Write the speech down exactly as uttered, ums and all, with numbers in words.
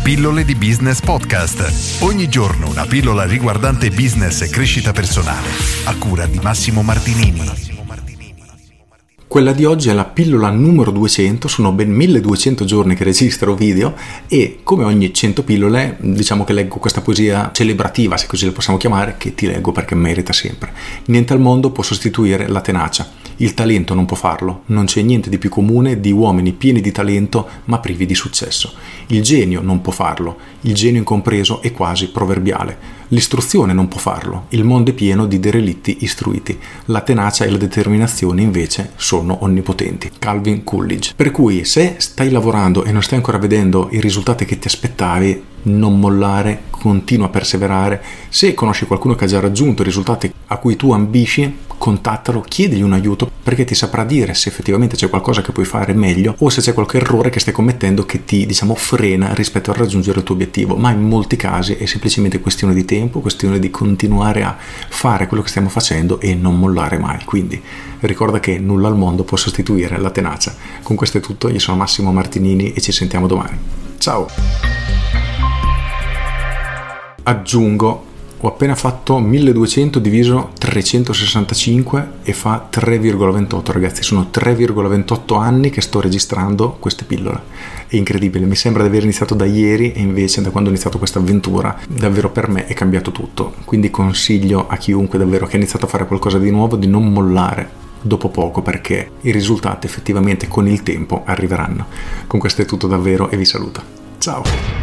Pillole di Business Podcast. Ogni giorno una pillola riguardante business e crescita personale, a cura di Massimo Martinini. Quella di oggi è la pillola numero duecento, sono ben milleduecento giorni che registro video e come ogni cento pillole diciamo che leggo questa poesia celebrativa, se così la possiamo chiamare, che ti leggo perché merita sempre. Niente al mondo può sostituire la tenacia, il talento non può farlo, non c'è niente di più comune di uomini pieni di talento ma privi di successo. Il genio non può farlo, il genio incompreso è quasi proverbiale. L'istruzione non può farlo, il mondo è pieno di derelitti istruiti. La tenacia e la determinazione invece sono onnipotenti. Calvin Coolidge. Per cui se stai lavorando e non stai ancora vedendo i risultati che ti aspettavi, non mollare, continua a perseverare. Se conosci qualcuno che ha già raggiunto i risultati a cui tu ambisci, contattalo, chiedigli un aiuto perché ti saprà dire se effettivamente c'è qualcosa che puoi fare meglio o se c'è qualche errore che stai commettendo che ti, diciamo, frena rispetto a raggiungere il tuo obiettivo. Ma in molti casi è semplicemente questione di tempo, questione di continuare a fare quello che stiamo facendo e non mollare mai. Quindi ricorda che nulla al mondo può sostituire la tenacia. Con questo è tutto, io sono Massimo Martinini e ci sentiamo domani. Ciao! Aggiungo, ho appena fatto milleduecento diviso trecentosessantacinque e fa tre virgola ventotto, ragazzi, sono tre virgola ventotto anni che sto registrando queste pillole. È incredibile, mi sembra di aver iniziato da ieri e invece da quando ho iniziato questa avventura davvero per me è cambiato tutto. Quindi consiglio a chiunque davvero che ha iniziato a fare qualcosa di nuovo di non mollare dopo poco perché i risultati effettivamente con il tempo arriveranno. Con questo è tutto davvero e vi saluto. Ciao!